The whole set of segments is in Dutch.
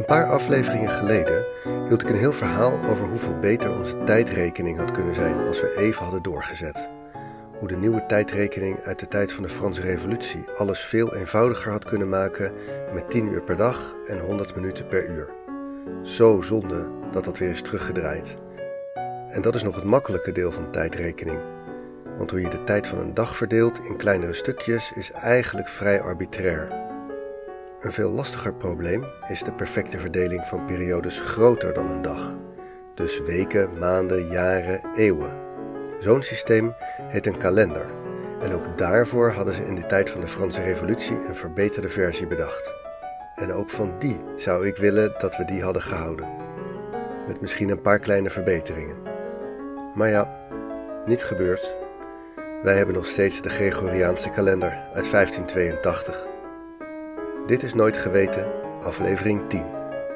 paar afleveringen geleden hield ik een heel verhaal over hoeveel beter onze tijdrekening had kunnen zijn als we even hadden doorgezet. Hoe de nieuwe tijdrekening uit de tijd van de Franse Revolutie alles veel eenvoudiger had kunnen maken met 10 uur per dag en 100 minuten per uur. Zo zonde dat dat weer is teruggedraaid. En dat is nog het makkelijke deel van tijdrekening. Want hoe je de tijd van een dag verdeelt in kleinere stukjes is eigenlijk vrij arbitrair. Een veel lastiger probleem is de perfecte verdeling van periodes groter dan een dag. Dus weken, maanden, jaren, eeuwen. Zo'n systeem heet een kalender. En ook daarvoor hadden ze in de tijd van de Franse Revolutie een verbeterde versie bedacht. En ook van die zou ik willen dat we die hadden gehouden. Met misschien een paar kleine verbeteringen. Maar ja, niet gebeurd. Wij hebben nog steeds de Gregoriaanse kalender uit 1582. Dit is Nooit Geweten, aflevering 10.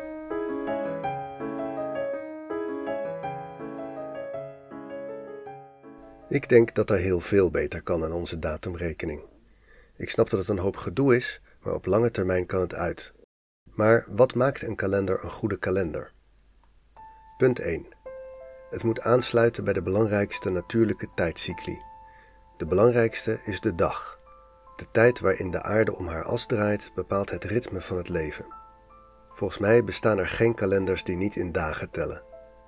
Ik denk dat er heel veel beter kan aan onze datumrekening. Ik snap dat het een hoop gedoe is, maar op lange termijn kan het uit. Maar wat maakt een kalender een goede kalender? Punt 1. Het moet aansluiten bij de belangrijkste natuurlijke tijdcycli. De belangrijkste is de dag. De tijd waarin de aarde om haar as draait bepaalt het ritme van het leven. Volgens mij bestaan er geen kalenders die niet in dagen tellen.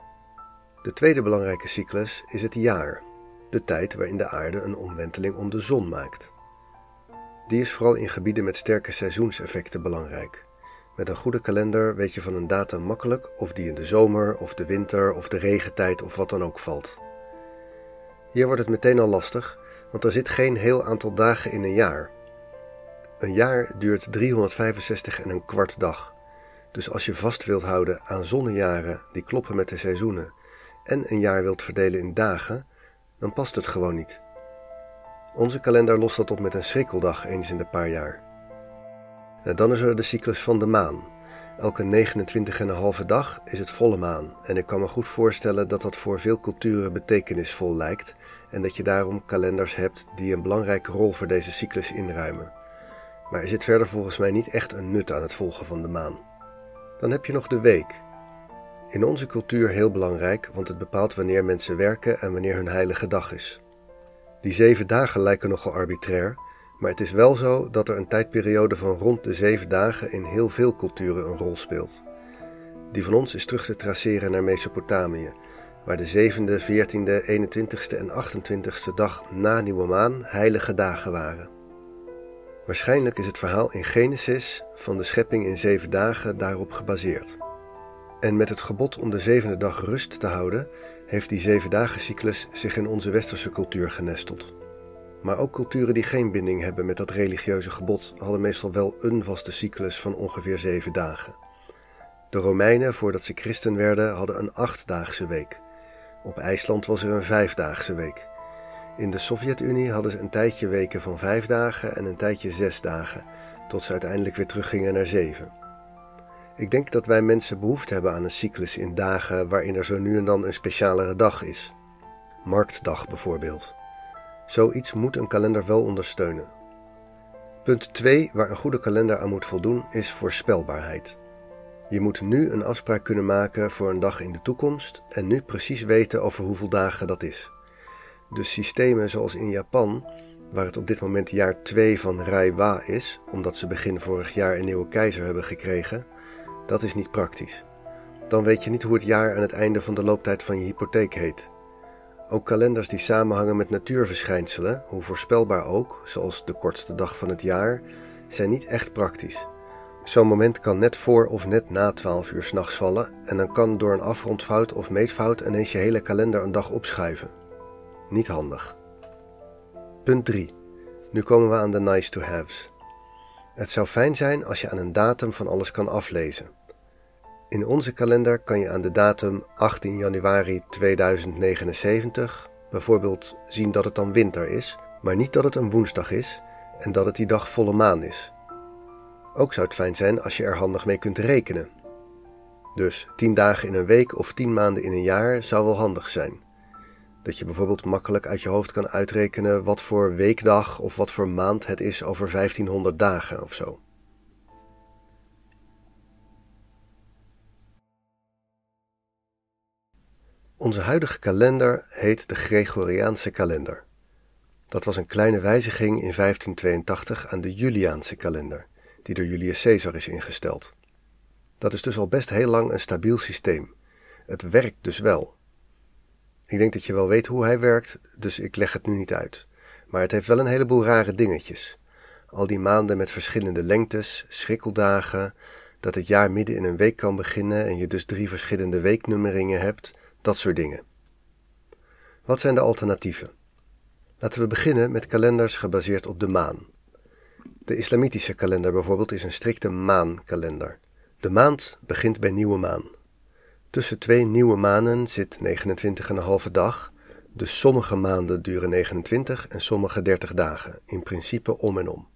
De tweede belangrijke cyclus is het jaar, de tijd waarin de aarde een omwenteling om de zon maakt. Die is vooral in gebieden met sterke seizoenseffecten belangrijk. Met een goede kalender weet je van een datum makkelijk of die in de zomer of de winter of de regentijd of wat dan ook valt. Hier wordt het meteen al lastig, want er zit geen heel aantal dagen in een jaar. Een jaar duurt 365 en een kwart dag. Dus als je vast wilt houden aan zonnejaren die kloppen met de seizoenen en een jaar wilt verdelen in dagen, dan past het gewoon niet. Onze kalender lost dat op met een schrikkeldag eens in de paar jaar. En dan is er de cyclus van de maan. Elke 29,5 dag is het volle maan en ik kan me goed voorstellen dat dat voor veel culturen betekenisvol lijkt en dat je daarom kalenders hebt die een belangrijke rol voor deze cyclus inruimen. Maar er zit verder volgens mij niet echt een nut aan het volgen van de maan. Dan heb je nog de week. In onze cultuur heel belangrijk, want het bepaalt wanneer mensen werken en wanneer hun heilige dag is. Die 7 dagen lijken nogal arbitrair, maar het is wel zo dat er een tijdperiode van rond de 7 dagen in heel veel culturen een rol speelt. Die van ons is terug te traceren naar Mesopotamië, waar de 7e, 14e, 21e en 28e dag na nieuwe maan heilige dagen waren. Waarschijnlijk is het verhaal in Genesis van de schepping in 7 dagen daarop gebaseerd. En met het gebod om de 7e dag rust te houden, heeft die 7-dagen-cyclus zich in onze westerse cultuur genesteld. Maar ook culturen die geen binding hebben met dat religieuze gebod hadden meestal wel een vaste cyclus van ongeveer 7 dagen. De Romeinen, voordat ze christen werden, hadden een 8-daagse week. Op IJsland was er een 5-daagse week. In de Sovjet-Unie hadden ze een tijdje weken van 5 dagen en een tijdje 6 dagen, tot ze uiteindelijk weer teruggingen naar 7. Ik denk dat wij mensen behoefte hebben aan een cyclus in dagen waarin er zo nu en dan een specialere dag is. Marktdag bijvoorbeeld. Zoiets moet een kalender wel ondersteunen. Punt 2, waar een goede kalender aan moet voldoen, is voorspelbaarheid. Je moet nu een afspraak kunnen maken voor een dag in de toekomst en nu precies weten over hoeveel dagen dat is. Dus systemen zoals in Japan, waar het op dit moment jaar 2 van Reiwa is, omdat ze begin vorig jaar een nieuwe keizer hebben gekregen, dat is niet praktisch. Dan weet je niet hoe het jaar aan het einde van de looptijd van je hypotheek heet. Ook kalenders die samenhangen met natuurverschijnselen, hoe voorspelbaar ook, zoals de kortste dag van het jaar, zijn niet echt praktisch. Zo'n moment kan net voor of net na 12 uur 's nachts vallen en dan kan door een afrondfout of meetfout ineens je hele kalender een dag opschuiven. Niet handig. Punt 3. Nu komen we aan de nice to haves. Het zou fijn zijn als je aan een datum van alles kan aflezen. In onze kalender kan je aan de datum 18 januari 2079 bijvoorbeeld zien dat het dan winter is, maar niet dat het een woensdag is en dat het die dag volle maan is. Ook zou het fijn zijn als je er handig mee kunt rekenen. Dus 10 dagen in een week of 10 maanden in een jaar zou wel handig zijn. Dat je bijvoorbeeld makkelijk uit je hoofd kan uitrekenen wat voor weekdag of wat voor maand het is over 1500 dagen of zo. Onze huidige kalender heet de Gregoriaanse kalender. Dat was een kleine wijziging in 1582 aan de Juliaanse kalender, die door Julius Caesar is ingesteld. Dat is dus al best heel lang een stabiel systeem. Het werkt dus wel. Ik denk dat je wel weet hoe hij werkt, dus ik leg het nu niet uit. Maar het heeft wel een heleboel rare dingetjes. Al die maanden met verschillende lengtes, schrikkeldagen, dat het jaar midden in een week kan beginnen en je dus 3 verschillende weeknummeringen hebt, dat soort dingen. Wat zijn de alternatieven? Laten we beginnen met kalenders gebaseerd op de maan. De islamitische kalender bijvoorbeeld is een strikte maankalender. De maand begint bij nieuwe maan. Tussen 2 nieuwe manen zit 29,5 dag, dus sommige maanden duren 29 en sommige 30 dagen, in principe om en om.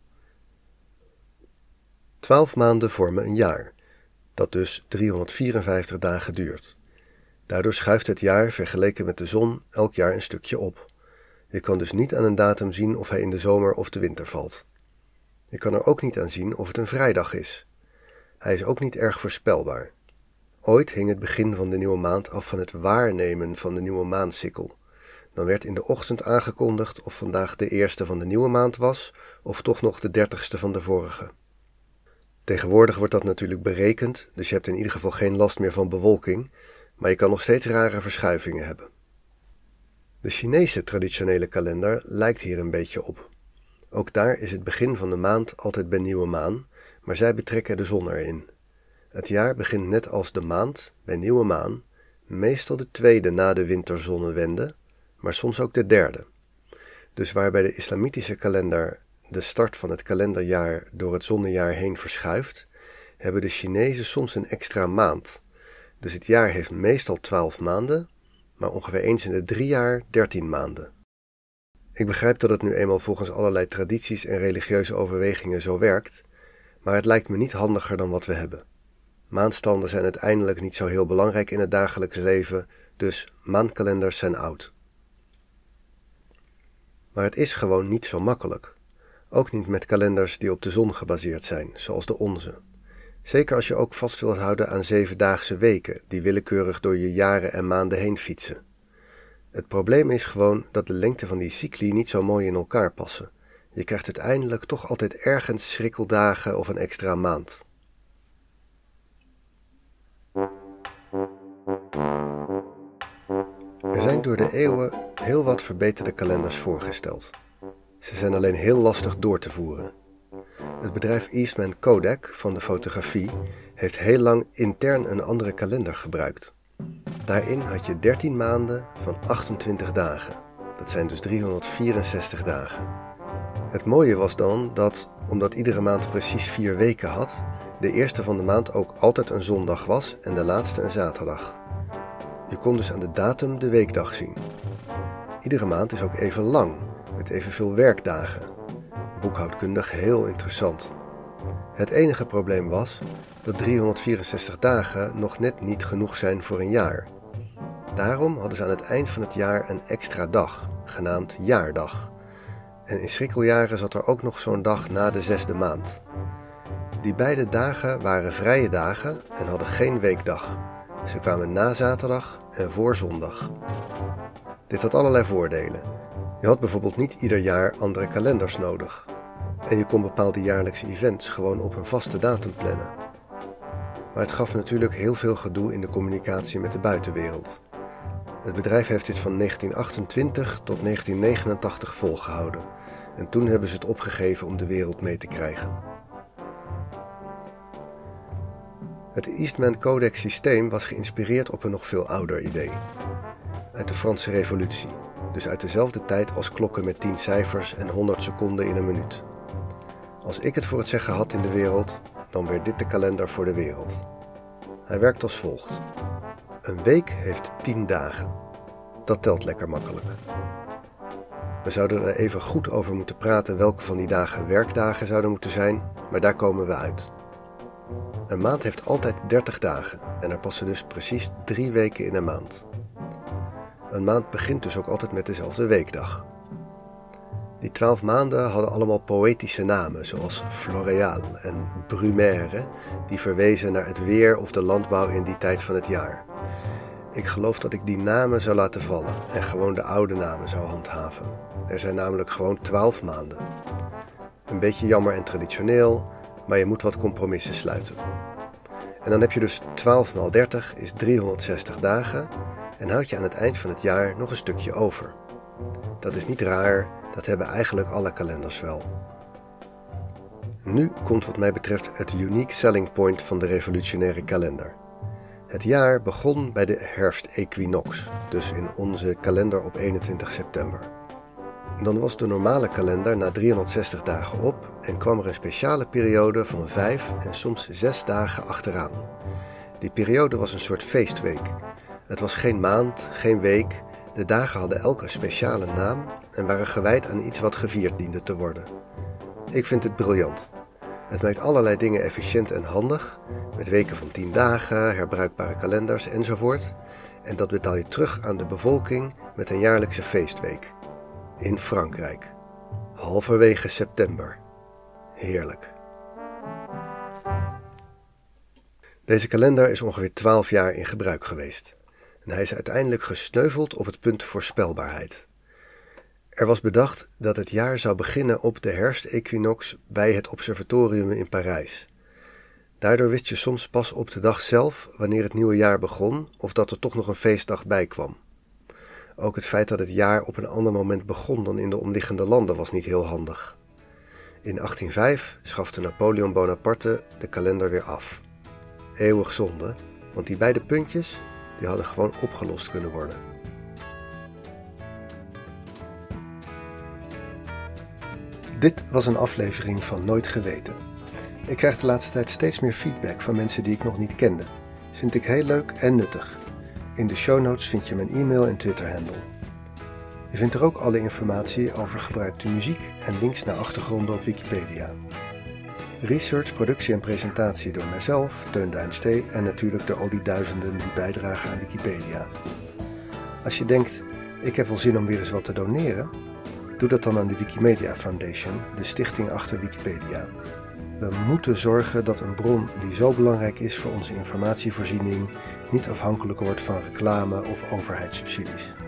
12 maanden vormen een jaar, dat dus 354 dagen duurt. Daardoor schuift het jaar vergeleken met de zon elk jaar een stukje op. Je kan dus niet aan een datum zien of hij in de zomer of de winter valt. Je kan er ook niet aan zien of het een vrijdag is. Hij is ook niet erg voorspelbaar. Ooit hing het begin van de nieuwe maand af van het waarnemen van de nieuwe maansikkel. Dan werd in de ochtend aangekondigd of vandaag de eerste van de nieuwe maand was, of toch nog de 30ste van de vorige. Tegenwoordig wordt dat natuurlijk berekend, dus je hebt in ieder geval geen last meer van bewolking, maar je kan nog steeds rare verschuivingen hebben. De Chinese traditionele kalender lijkt hier een beetje op. Ook daar is het begin van de maand altijd bij nieuwe maan, maar zij betrekken de zon erin. Het jaar begint net als de maand, bij nieuwe maan, meestal de tweede na de winterzonnewende, maar soms ook de derde. Dus waar bij de islamitische kalender de start van het kalenderjaar door het zonnejaar heen verschuift, hebben de Chinezen soms een extra maand. Dus het jaar heeft meestal 12 maanden, maar ongeveer eens in de 3 jaar 13 maanden. Ik begrijp dat het nu eenmaal volgens allerlei tradities en religieuze overwegingen zo werkt, maar het lijkt me niet handiger dan wat we hebben. Maandstanden zijn uiteindelijk niet zo heel belangrijk in het dagelijks leven, dus maandkalenders zijn oud. Maar het is gewoon niet zo makkelijk. Ook niet met kalenders die op de zon gebaseerd zijn, zoals de onze. Zeker als je ook vast wilt houden aan 7-daagse weken, die willekeurig door je jaren en maanden heen fietsen. Het probleem is gewoon dat de lengte van die cycli niet zo mooi in elkaar passen. Je krijgt uiteindelijk toch altijd ergens schrikkeldagen of een extra maand. Er zijn door de eeuwen heel wat verbeterde kalenders voorgesteld. Ze zijn alleen heel lastig door te voeren. Het bedrijf Eastman Kodak van de fotografie heeft heel lang intern een andere kalender gebruikt. Daarin had je 13 maanden van 28 dagen. Dat zijn dus 364 dagen. Het mooie was dan dat, omdat iedere maand precies 4 weken had, de eerste van de maand ook altijd een zondag was en de laatste een zaterdag. Je kon dus aan de datum de weekdag zien. Iedere maand is ook even lang, met evenveel werkdagen. Boekhoudkundig heel interessant. Het enige probleem was dat 364 dagen nog net niet genoeg zijn voor een jaar. Daarom hadden ze aan het eind van het jaar een extra dag, genaamd jaardag. En in schrikkeljaren zat er ook nog zo'n dag na de 6e maand. Die beide dagen waren vrije dagen en hadden geen weekdag. Ze kwamen na zaterdag en voor zondag. Dit had allerlei voordelen. Je had bijvoorbeeld niet ieder jaar andere kalenders nodig. En je kon bepaalde jaarlijkse events gewoon op een vaste datum plannen. Maar het gaf natuurlijk heel veel gedoe in de communicatie met de buitenwereld. Het bedrijf heeft dit van 1928 tot 1989 volgehouden. En toen hebben ze het opgegeven om de wereld mee te krijgen. Het Eastman Kodak systeem was geïnspireerd op een nog veel ouder idee. Uit de Franse Revolutie, dus uit dezelfde tijd als klokken met 10 cijfers en 100 seconden in een minuut. Als ik het voor het zeggen had in de wereld, dan werd dit de kalender voor de wereld. Hij werkt als volgt. Een week heeft 10 dagen. Dat telt lekker makkelijk. We zouden er even goed over moeten praten welke van die dagen werkdagen zouden moeten zijn, maar daar komen we uit. Een maand heeft altijd 30 dagen en er passen dus precies 3 weken in een maand. Een maand begint dus ook altijd met dezelfde weekdag. Die 12 maanden hadden allemaal poëtische namen, zoals Floréal en Brumaire, die verwezen naar het weer of de landbouw in die tijd van het jaar. Ik geloof dat ik die namen zou laten vallen en gewoon de oude namen zou handhaven. Er zijn namelijk gewoon 12 maanden. Een beetje jammer en traditioneel, maar je moet wat compromissen sluiten. En dan heb je dus 12 x 30 is 360 dagen en houd je aan het eind van het jaar nog een stukje over. Dat is niet raar, dat hebben eigenlijk alle kalenders wel. Nu komt wat mij betreft het unique selling point van de revolutionaire kalender. Het jaar begon bij de herfstequinox, dus in onze kalender op 21 september. Dan was de normale kalender na 360 dagen op en kwam er een speciale periode van 5 en soms 6 dagen achteraan. Die periode was een soort feestweek. Het was geen maand, geen week. De dagen hadden elk een speciale naam en waren gewijd aan iets wat gevierd diende te worden. Ik vind het briljant. Het maakt allerlei dingen efficiënt en handig, met weken van 10 dagen, herbruikbare kalenders enzovoort. En dat betaal je terug aan de bevolking met een jaarlijkse feestweek. In Frankrijk. Halverwege september. Heerlijk. Deze kalender is ongeveer 12 jaar in gebruik geweest. En hij is uiteindelijk gesneuveld op het punt voorspelbaarheid. Er was bedacht dat het jaar zou beginnen op de herfstequinox bij het observatorium in Parijs. Daardoor wist je soms pas op de dag zelf wanneer het nieuwe jaar begon of dat er toch nog een feestdag bij kwam. Ook het feit dat het jaar op een ander moment begon dan in de omliggende landen was niet heel handig. In 1805 schafte Napoleon Bonaparte de kalender weer af. Eeuwig zonde, want die beide puntjes die hadden gewoon opgelost kunnen worden. Dit was een aflevering van Nooit Geweten. Ik krijg de laatste tijd steeds meer feedback van mensen die ik nog niet kende. Vind ik heel leuk en nuttig. In de show notes vind je mijn e-mail en Twitter-handle. Je vindt er ook alle informatie over gebruikte muziek en links naar achtergronden op Wikipedia. Research, productie en presentatie door mijzelf, Teun Duinstee en natuurlijk door al die duizenden die bijdragen aan Wikipedia. Als je denkt, ik heb wel zin om weer eens wat te doneren, doe dat dan aan de Wikimedia Foundation, de stichting achter Wikipedia. We moeten zorgen dat een bron die zo belangrijk is voor onze informatievoorziening niet afhankelijk wordt van reclame of overheidssubsidies.